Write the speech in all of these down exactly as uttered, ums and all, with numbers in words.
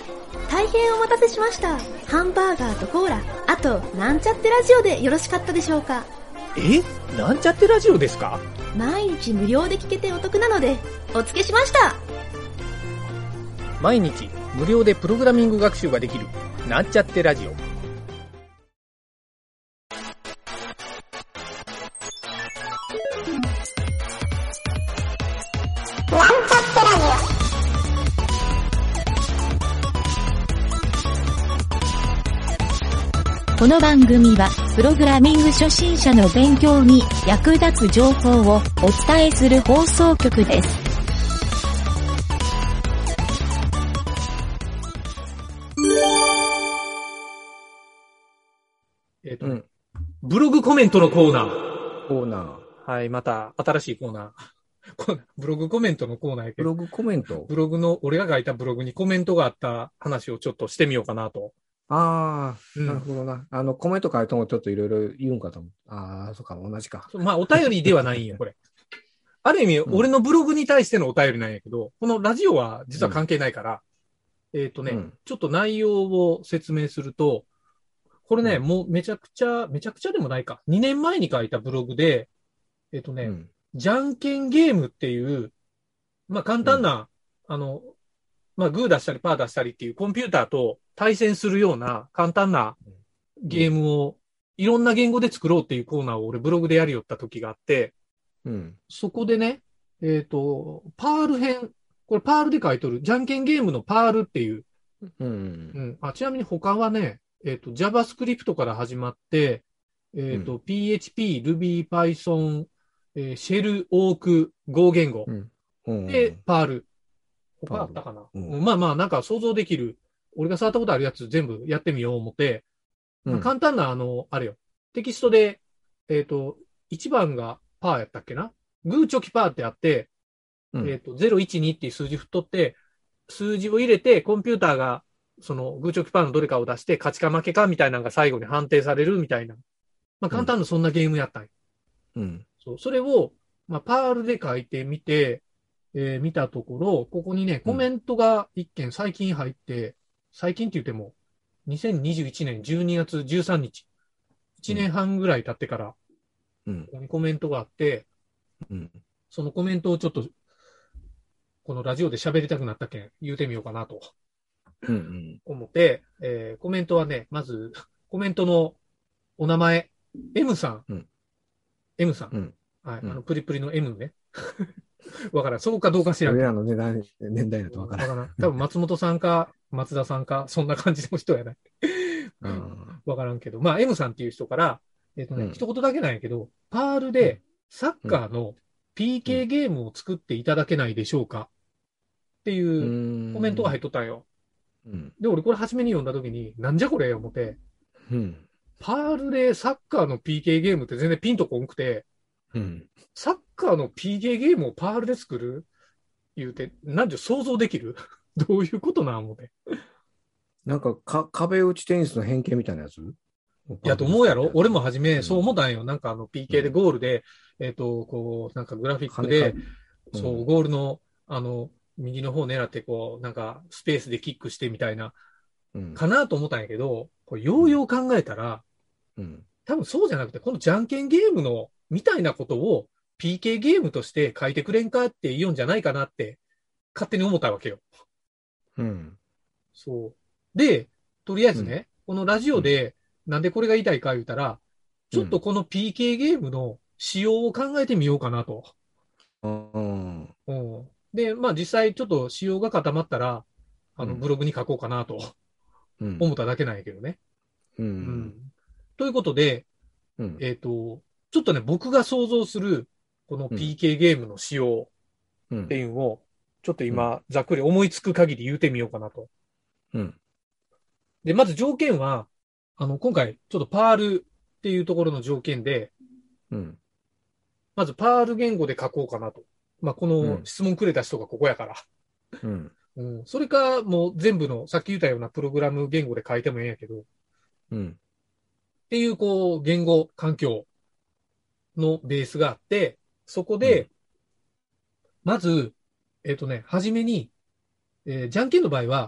大変お待たせしました。ハンバーガーとコーラ、あとなんちゃってラジオでよろしかったでしょうか？ え？なんちゃってラジオですか？ 毎日無料で聞けてお得なのでお付けしました。 毎日無料でプログラミング学習ができるなんちゃってラジオ。 この番組はプログラミング初心者の勉強に役立つ情報をお伝えする放送局です。 えっと、うん、ブログコメントのコーナー。 コーナー。 はい、また新しいコーナー。ブログコメントのコーナーやけど。 ブログコメントブログの、俺が書いたブログにコメントがあった話をちょっとしてみようかなと。 ああ、 うん、 なるほどな。あの、コメント書いてもちょっといろいろ言うんかと思う。ああ、そっか、同じか。 まあ、お便りではないんよ、これ。ある意味、うん、俺のブログに対してのお便りなんやけど、このラジオは実は関係ないから、うん、えっとね、うん、ちょっと内容を説明すると、これね、うん、もうめちゃくちゃ、めちゃくちゃでもないか。にねんまえに書いたブログで、えっとね、うん、じゃんけんゲームっていう、まあ簡単な、うん、あの、まあグー出したりパー出したりっていうコンピューターと対戦するような簡単なゲームをいろんな言語で作ろうっていうコーナーを俺ブログでやりよった時があって、うん、そこでね、えっと、パール編、これパールで書いとる、じゃんけんゲームのパールっていう、うんうん、あちなみに他はね、えっと、JavaScript から始まって、えっと、うん、ピーエイチピー、Ruby、Python、えー、シェル、オーク、Go 言語、うんうん、で、パール。他あったかな、うん、まあまあ、なんか想像できる、俺が触ったことあるやつ全部やってみよう思って、うんまあ、簡単な、あの、あれよ、テキストで、えっと、いちばんがパーやったっけな？グーチョキパーってあって、うん、えっと、ゼロ、いち、にっていう数字振っとって、数字を入れて、コンピューターが、その、グーチョキパーのどれかを出して、勝ちか負けかみたいなのが最後に判定されるみたいな。まあ、簡単なそんなゲームやったんよ。うん。そう。それを、まあ、パールで書いてみて、えー、見たところ、ここにね、コメントが一件最近入って、うん、最近って言っても、にせんにじゅういちねんじゅうにがつじゅうさんにち、いちねんはんぐらい経ってから、うん、ここにコメントがあって、うん、そのコメントをちょっと、このラジオで喋りたくなったけん、言うてみようかなと、うんうん、思って、えー、コメントはね、まず、コメントのお名前、M さん、うん、M さん、うん、はい、うん、あの、プリプリの M ね。わからん。そうかどうか知らん。 俺らの年代、年代だとわからん。わからん。 多分松本さんか、松田さんか、そんな感じの人やない。うん、わからんけど。まあ、M さんっていう人から、えっとね、うん、一言だけなんやけど、パールでサッカーの ピーケー ゲームを作っていただけないでしょうかっていうコメントが入っとったんよ。うん、で、俺これ初めに読んだ時に、なんじゃこれ思って、うん、パールでサッカーの ピーケー ゲームって全然ピンとこんくて、うん、サッカーの ピーケー ゲームをパールで作る言うて、なんで想像できるどういうことなん思って。 なんかか、壁打ちテニスの変形みたいなやついや、と思うやろ？俺も初め、そう思ったんよ。うん、なんかあの ピーケー でゴールで、うん、えっ、ー、と、こう、なんかグラフィックで、うん、そう、ゴールの、あの、右の方狙って、こう、なんかスペースでキックしてみたいな、うん、かなと思ったんやけど、これようよう考えたら、うん、多分そうじゃなくて、このじゃんけんゲームの、みたいなことを、ピーケー ゲームとして書いてくれんかって言うんじゃないかなって勝手に思ったわけよ。うん。そう。で、とりあえずね、うん、このラジオでなんでこれが言いたいか言うたら、ちょっとこの ピーケー ゲームの仕様を考えてみようかなと。うん。うん、で、まあ実際ちょっと仕様が固まったら、あのブログに書こうかなと、うん、思っただけなんやけどね。うん。うん、ということで、うん、えっと、ちょっとね、僕が想像するこの ピーケー ゲームの仕様っていうのを、ちょっと今、ざっくり思いつく限り言うてみようかなと。うん。で、まず条件は、あの、今回、ちょっとパールっていうところの条件で、うん。まずパール言語で書こうかなと。まあ、この質問くれた人がここやから。うん。うん。それか、もう全部の、さっき言ったようなプログラム言語で書いてもいいんやけど、うん。っていう、こう、言語環境のベースがあって、そこで、うん、まず、えっとね、はじめに、えー、じゃんけんの場合は、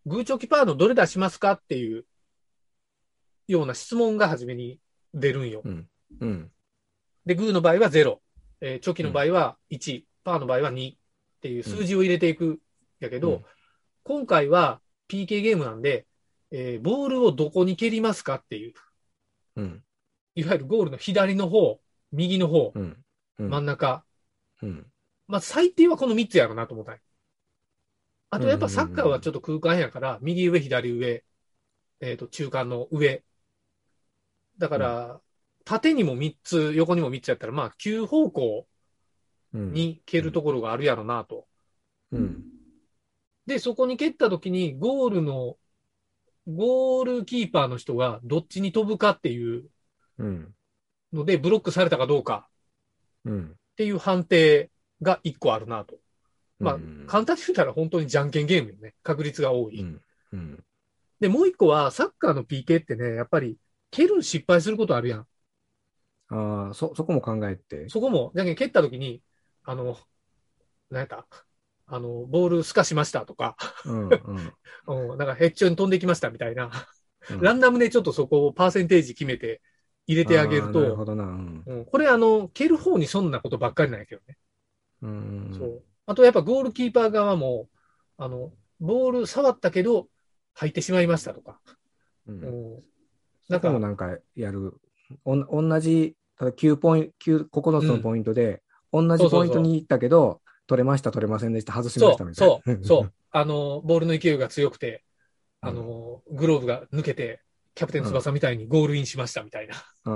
グーチョキパーのどれ出しますかっていうような質問が初めに出るんよ。 うん。うん。 で、グーの場合はゼロ、えー、チョキの場合はいち、うん、パーの場合はにっていう数字を入れていくんやけど、うん、今回は ピーケー ゲームなんで、えー、ボールをどこに蹴りますかっていう。 うん。 いわゆるゴールの左の方、右の方、 うんうん、 真ん中。 うん。 まあ、最低はこのみっつやろなと思った。あとやっぱサッカーはちょっと空間やから、右上、左上、えっと、中間の上。だから、うん、縦にもみっつ、横にもみっつやったら、まあ、きゅう方向に蹴るところがあるやろなと。 うん。 で、そこに蹴った時に、ゴールの、ゴールキーパーの人がどっちに飛ぶかっていうので、ブロックされたかどうかっていう判定がいっこあるなと。まあ、簡単に言ったら本当にじゃんけんゲームよね。確率が多い。 うんうん、 で、もういっこは、サッカーの ピーケー ってね、やっぱり、蹴る失敗することあるやん。 ああ、そ、そこも考えて。 そこも、だけど蹴った時に、あの、何やったあの、ボール透かしましたとか、 うんうん、 なんかヘッチョに飛んできましたみたいな、うん、ランダムでちょっとそこをパーセンテージ決めて入れてあげると、 なるほどな、うんうん、これあの、蹴る方にそんなことばっかりなんやけどね。 うん、 そう。あとやっぱゴールキーパー側も、あの、ボール触ったけど、入ってしまいましたとか。 うん。うん、なんか、そこもなんかやる。お同じ、ただきゅうポイント、きゅう、ここのつのポイントで、うん、同じポイントに行ったけど、そうそうそう取れました、取れませんでした、外しましたみたいな。 そう、そう、そう。あの、ボールの勢いが強くて、あの、うん、グローブが抜けて、キャプテン翼みたいにゴールインしましたみたいな。 うん。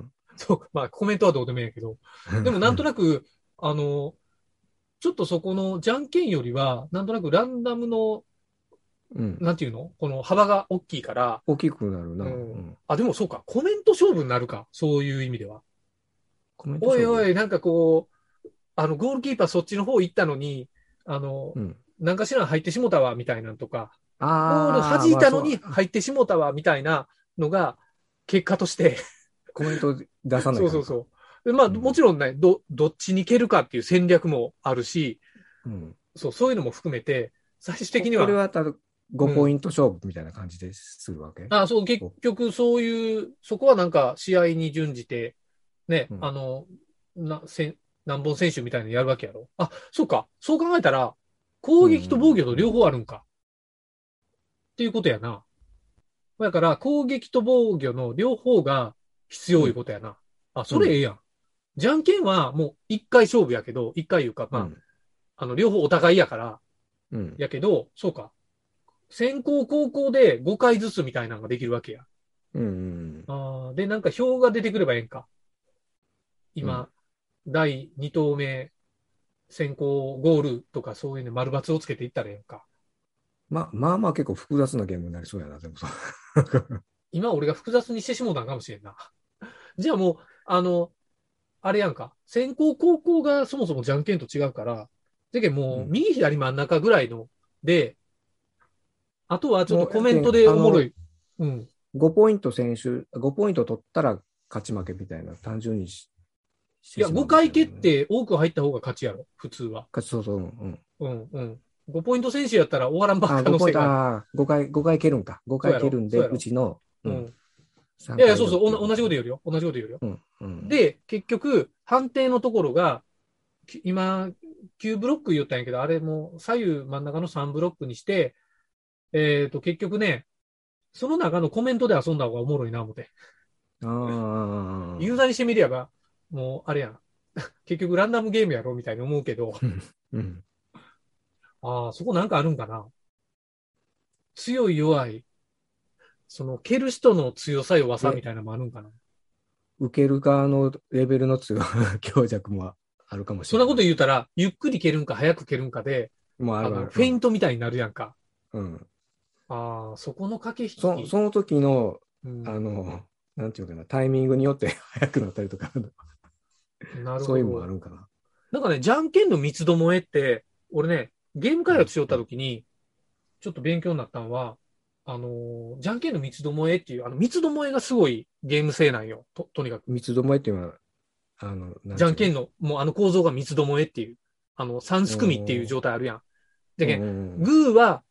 そう、まあコメントはどうでもいいんやけど。でもなんとなく、あの、ちょっとそこのじゃんけんよりは、なんとなくランダムの、うん、なんていうのこの幅が大きいから。 大きくなるな、うんうん。あ、でもそうか、コメント勝負になるか。そういう意味では。 コメント勝負おいおい、なんかこう、あの、ゴールキーパーそっちの方行ったのに、あの、うん、なんかしら入ってしもたわ、みたいなのとか、ゴール弾いたのに入ってしもたわ、みたいなのが、結果として。 コメント出さないそうそうそう。まあ、うん、もちろんね、ど、どっちに蹴るかっていう戦略もあるし、うん、そう、そういうのも含めて、最終的には。 これはただごポイント勝負みたいな感じでするわけ、うん、 あ、そう、結局そういう、そこはなんか試合に準じて、ね、うん、あの、な、せん、何本選手みたいなのやるわけやろ。あ、そうか。そう考えたら、攻撃と防御と両方あるんか。っていうことやな。だから、攻撃と防御の両方が必要いうことやな。うん、あ、それええやん。うん、じゃんけんはもう一回勝負やけど、一回いうか、まあ、うん、あの、両方お互いやから、うん、やけど、そうか。先攻後攻でごかいずつみたいなのができるわけや。 うんうんうん、 あで、なんか表が出てくればええんか。今、うん、だいに投目、先行ゴールとかそういうね、丸抜をつけていったらええんか。 ま、まあまあ結構複雑なゲームになりそうやな、でもさ。 今俺が複雑にしてしもうたんかもしれんな。じゃあもう、あの、あれやんか。先行後攻がそもそもじゃんけんと違うから、じゃけんもう、右左真ん中ぐらいので、あとはちょっとコメントでおもろい。うん。 ごポイント選手、ごポイント取ったら勝ち負けみたいな、単純にしいや、ごかい蹴って多く入った方が勝ちやろ、普通は。 そうそう、うん。 うんうん。ごポイント選手やったら終わらんばっかの世界。 ああ、ごかい、ごかい蹴るんか。ごかい蹴るんで、うちの、 うん。いやいや、そうそう、同じこと言うよ。同じこと言うよ。 うんうん、 で、結局、判定のところが、今、きゅうブロック言ったんやけど、あれも左右真ん中のさんブロックにして、えっと、結局ね、その中のコメントで遊んだ方がおもろいな、思って。 ああ。 ユーザーにしてみれば、もう、あれやん。結局ランダムゲームやろみたいに思うけど。 うん、 ああ、そこなんかあるんかな。強い弱い。その、蹴る人の強さ弱さみたいなのもあるんかな。 受ける側のレベルの強強弱もあるかもしれない。 そんなこと言うたら、ゆっくり蹴るんか早く蹴るんかで、 もうあるあるあのフェイントみたいになるやんか。 うん。 ああ、そこの駆け引き。 そ, その時の、うん、あの、なんていうかな、タイミングによって速くなったりとか。 なるほど。 そういうのもあるんかな。 なんかね、じゃんけんの三つどもえって、俺ね、ゲーム開発しよった時に、ちょっと勉強になったのは、あのー、じゃんけんの三つどもえっていう、あの、三つどもえがすごいゲーム性なんよ。と、とにかく。 三つどもえっていうのは、あの、 じゃんけんの、もうあの構造が三つどもえっていう、あの、三すくみっていう状態あるやん。で、グーは、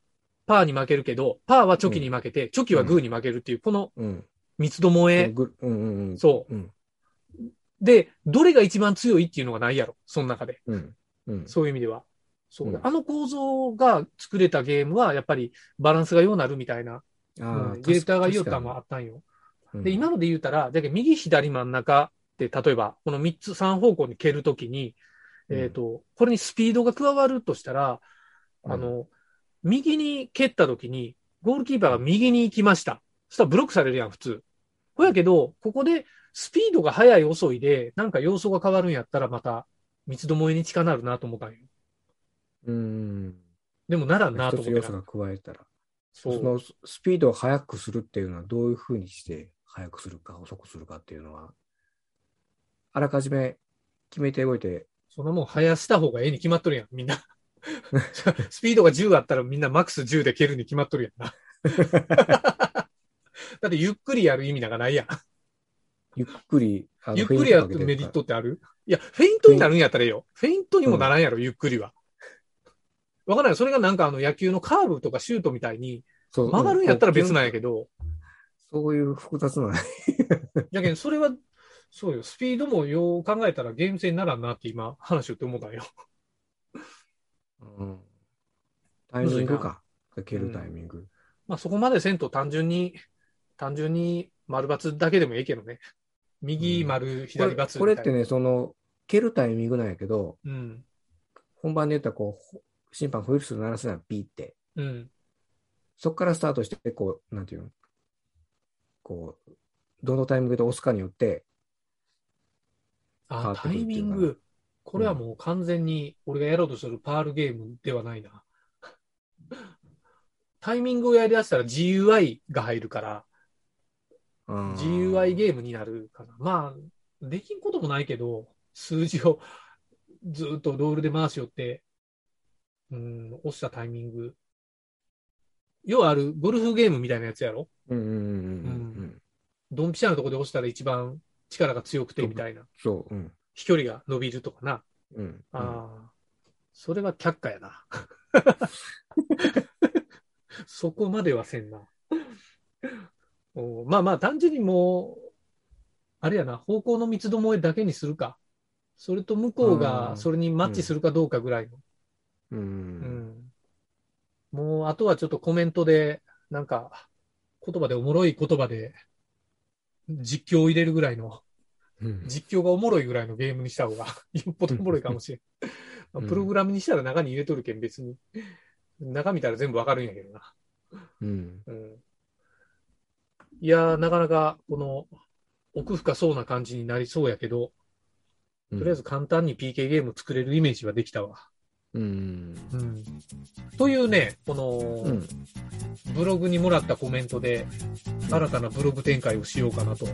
パーに負けるけど、パーはチョキに負けて、うん、チョキはグーに負けるっていう、この三つどもえ。うんうんうん、そう、うん。で、どれが一番強いっていうのがないやろ、その中で。うんうん、そういう意味では。そう、うん、あの構造が作れたゲームは、やっぱりバランスが良くなるみたいな、うん、ディレクターが言おったのもあったんよ。で、今ので言うたら、だけど右、左、真ん中って、例えば、このみっつ、さん方向に蹴るときに、うん、えっと、これにスピードが加わるとしたら、うん、あの、右に蹴ったときに、ゴールキーパーが右に行きました。そしたらブロックされるやん、普通。ほやけど、ここでスピードが速い遅いで、なんか要素が変わるんやったら、また、三つどもえに近なるなと思ったんよ。 うーん。 でもならんなと思って。 一つ要素が加えたら。そう。そのスピードを速くするっていうのはどういうふうにして速くするか遅くするかっていうのは、あらかじめ決めておいて。 そんなもん速した方がええに決まっとるやん、みんな。スピードがじゅうあったらみんなマックスじゅうで蹴るに決まっとるやんな。だってゆっくりやる意味なんかないやん。 ゆっくり、 ゆっくりやるメリットってある？いや、フェイントになるんやったらええよ。フェイントにもならんやろ、うん、ゆっくりは。わからない。それがなんかあの野球のカーブとかシュートみたいに曲がるんやったら別なんやけど。 そういう複雑な。 やけん、それは、そうよ。スピードもよう考えたらゲーム性にならんなって今話をって思ったんよ。 うん。タイミングか。蹴るタイミング。うん、 まあそこまでせんと単純に、単純に丸×だけでもいいけどね。右丸、うん、左×みたいな。 これってね、その、蹴るタイミングなんやけど、 うん、 本番で言ったらこう、審判ホイッスル鳴らすのはピーって。 うん。 そこからスタートして、こう、なんていうの、こう、どのタイミングで押すかによって、 あ、タイミング。これはもう完全に俺がやろうとするパールゲームではないな。タイミングをやりだしたら ジーユーアイ が入るから、ジーユーアイ ゲームになるかな。まあ、できんこともないけど、数字をずっとロールで回しよって、うん、押したタイミング。要はあるゴルフゲームみたいなやつやろ？ うんうんうんうんうん。 ドンピシャなとこで押したら一番力が強くてみたいな。 そう。うん、 飛距離が伸びるとかな。 うん。 ああ。それは却下やな。そこまではせんな。おまあまあ単純にもう、あれやな、方向の三つどもえだけにするか。それと向こうがそれにマッチするかどうかぐらいの。 うん。うんうん、もうあとはちょっとコメントで、なんか、言葉でおもろい言葉で実況を入れるぐらいの、うん、実況がおもろいぐらいのゲームにした方がよっぽどおもろいかもしれん。まあ、プログラムにしたら中に入れとるけん別に。中見たら全部わかるんやけどな。 うんうん、いやー、なかなかこの奥深そうな感じになりそうやけど、とりあえず簡単に ピーケー ゲーム作れるイメージはできたわ。 うんうん、というね、この、うん、ブログにもらったコメントで、新たなブログ展開をしようかなと、うん、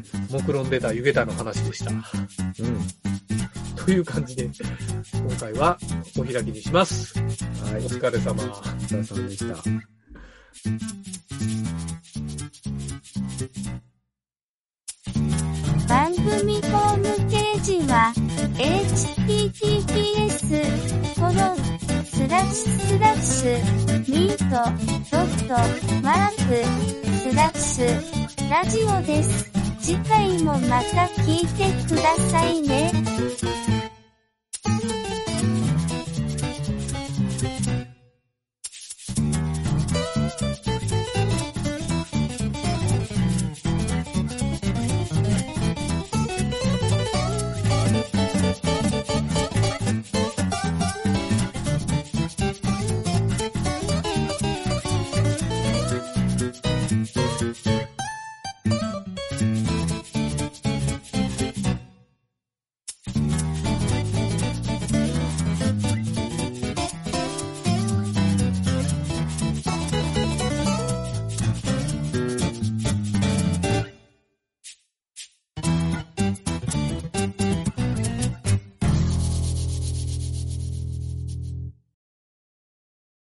目論んでたゆげたの話でした。うん、という感じで、今回はお開きにします。はい、お疲れ様。お疲れ様でした。 番組ホームページは エイチティーティーピーエス コロンスラッシュスラッシュミートドットマークスラッシュラジオです。次回もまた聞いてくださいね。